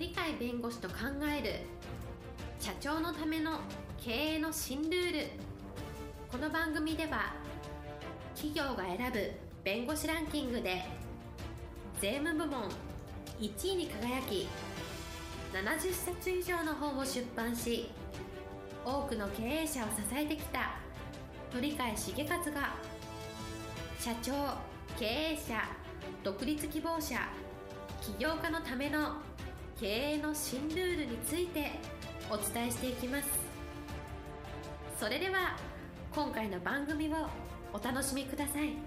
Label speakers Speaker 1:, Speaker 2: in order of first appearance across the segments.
Speaker 1: 鳥飼弁護士と考える社長のための経営の新ルール。この番組では企業が選ぶ弁護士ランキングで税務部門1位に輝き、70冊以上の本を出版し、多くの経営者を支えてきた鳥飼茂勝が、社長、経営者、独立希望者、起業家のための経営の新ルールについてお伝えしていきます。それでは今回の番組をお楽しみください。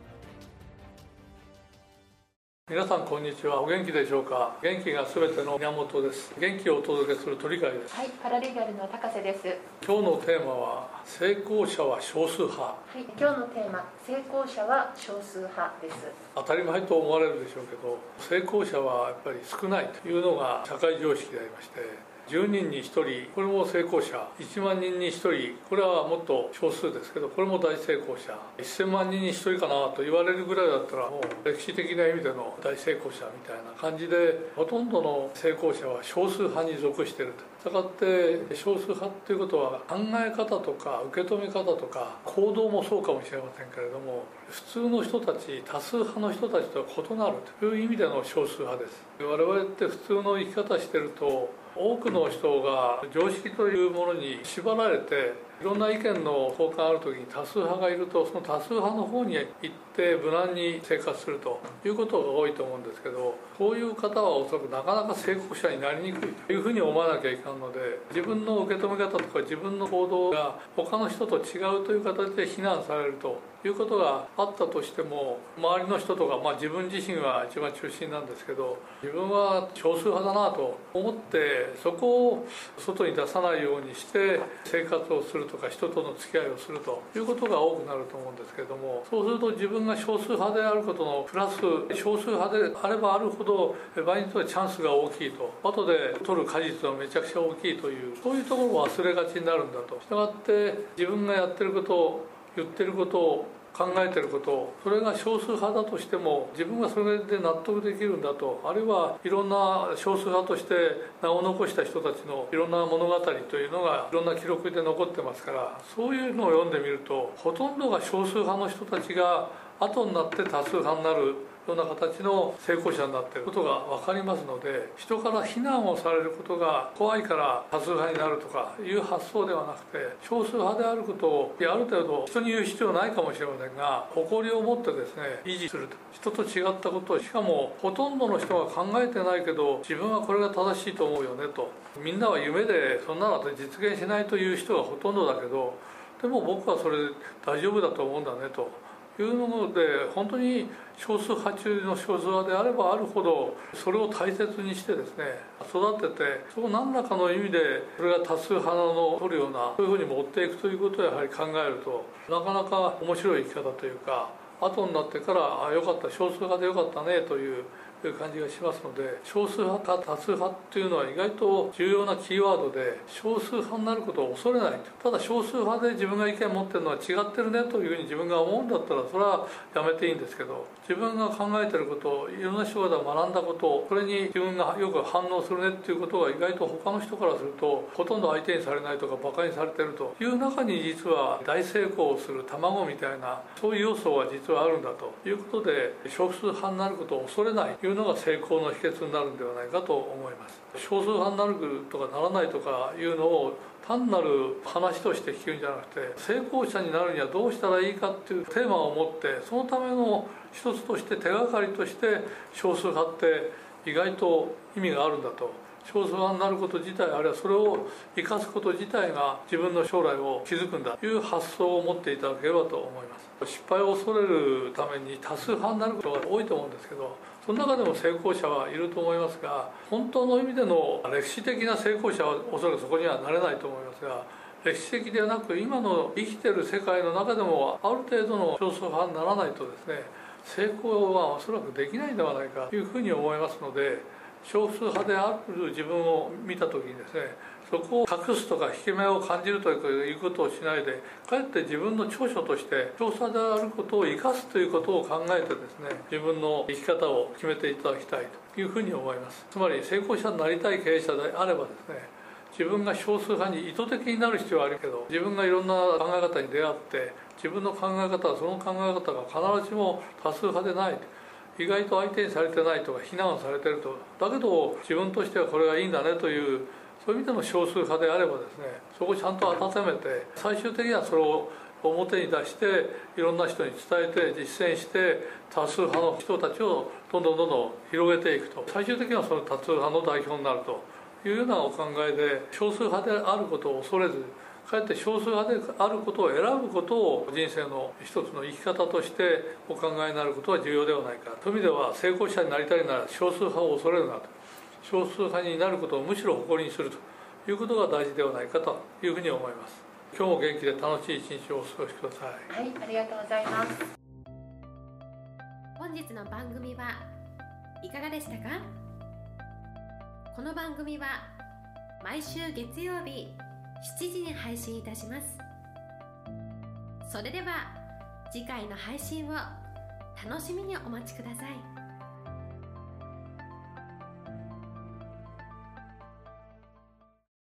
Speaker 2: 皆さんこんにちは。お元気でしょうか。元気がすべての源です。元気をお届けする鳥飼です。
Speaker 3: はい、パラリーガルの高瀬です。
Speaker 2: 今日のテーマは成功者は少数派。
Speaker 3: はい、今日のテーマ、成功者は少数派です。
Speaker 2: 当たり前と思われるでしょうけど、成功者はやっぱり少ないというのが社会常識でありまして、10人に1人、これも成功者、1万人に1人、これはもっと少数ですけど、これも大成功者、1000万人に1人かなと言われるぐらいだったら、もう歴史的な意味での大成功者みたいな感じで、ほとんどの成功者は少数派に属していると。したがって少数派っていうことは、考え方とか受け止め方とか行動もそうかもしれませんけれども、普通の人たち、多数派の人たちとは異なるという意味での少数派です。我々って普通の生き方してると、多くの人が常識というものに縛られて、いろんな意見の交換ある時に多数派がいると、その多数派の方に行って無難に生活するということが多いと思うんですけど、そういう方はおそらくなかなか成功者になりにくいというふうに思わなきゃいかんので、自分の受け止め方とか自分の行動が他の人と違うという形で非難されるということがあったとしても、周りの人とか、自分自身は一番中心なんですけど、自分は少数派だなと思ってそこを外に出さないようにして生活をするとか、人との付き合いをするということが多くなると思うんですけれども、そうすると自分が少数派であることのプラス、少数派であればあるほど場合によってはチャンスが大きいと、後で取る果実はめちゃくちゃ大きいという、そういうところを忘れがちになるんだと。したがって自分がやってること、言ってることを、考えてること、それが少数派だとしても自分がそれで納得できるんだと、あるいはいろんな少数派として名を残した人たちのいろんな物語というのがいろんな記録で残ってますから、そういうのを読んでみると、ほとんどが少数派の人たちが後になって多数派になるような形の成功者になっていることが分かりますので、人から非難をされることが怖いから多数派になるとかいう発想ではなくて、少数派であることをある程度人に言う必要ないかもしれませんが、誇りを持ってですね維持すると。人と違ったことを、しかもほとんどの人が考えてないけど自分はこれが正しいと思うよねと、みんなは夢でそんなのって実現しないという人がほとんどだけど、でも僕はそれ大丈夫だと思うんだねというので、本当に少数派中の少数派であればあるほどそれを大切にしてですね育てて、そう何らかの意味でそれが多数派の取るような、そういうふうに持っていくということをやはり考えると、なかなか面白い生き方というか、後になってからよかった、少数派でよかったねという感じがしますので、少数派か多数派っていうのは意外と重要なキーワードで、少数派になることを恐れないと。ただ少数派で自分が意見を持ってるのは違ってるねというふうに自分が思うんだったら、それはやめていいんですけど、自分が考えてること、いろんな人が学んだこと、それに自分がよく反応するねっていうことが意外と他の人からするとほとんど相手にされないとか馬鹿にされてるという中に、実は大成功をする卵みたいな、そういう要素は実はあるんだということで、少数派になることを恐れないというのが成功の秘訣になるんではないかと思います。少数派になるとかならないとかいうのを単なる話として聞くんじゃなくて、成功者になるにはどうしたらいいかっていうテーマを持って、そのための一つとして手がかりとして少数派って意外と意味があるんだと。少数派になること自体、あるいはそれを生かすこと自体が自分の将来を築くんだという発想を持っていただければと思います。失敗を恐れるために多数派になることが多いと思うんですけど、その中でも成功者はいると思いますが、本当の意味での歴史的な成功者はおそらくそこにはなれないと思いますが、歴史的ではなく今の生きてる世界の中でもある程度の少数派にならないとですね、成功はおそらくできないんではないかというふうに思いますので、 少数派である自分を見た時にですね、そこを隠すとか引け目を感じるということをしないで、かえって自分の長所として少数派であることを生かすということを考えてですね、自分の生き方を決めていただきたいというふうに思います。つまり成功者になりたい経営者であればですね、自分が少数派に意図的になる必要はあるけど、自分がいろんな考え方に出会って自分の考え方はその考え方が必ずしも多数派でない、意外と相手にされてないとか非難されてると、だけど自分としてはこれがいいんだねという、そういう意味での少数派であればですね、そこをちゃんと温めて、最終的にはそれを表に出していろんな人に伝えて実践して、多数派の人たちをどんどん広げていくと、最終的にはその多数派の代表になるというようなお考えで、少数派であることを恐れず、かえって少数派であることを選ぶことを人生の一つの生き方としてお考えになることは重要ではないか。そういう意味では、成功者になりたいなら少数派を恐れるなと、少数派になることをむしろ誇りにするということが大事ではないかというふうに思います。今日も元気で楽しい一日をお過ごしください。
Speaker 3: はい、ありがとうございます。
Speaker 1: 本日の番組はいかがでしたか？この番組は毎週月曜日7時に配信いたします。それでは次回の配信を楽しみにお待ちください。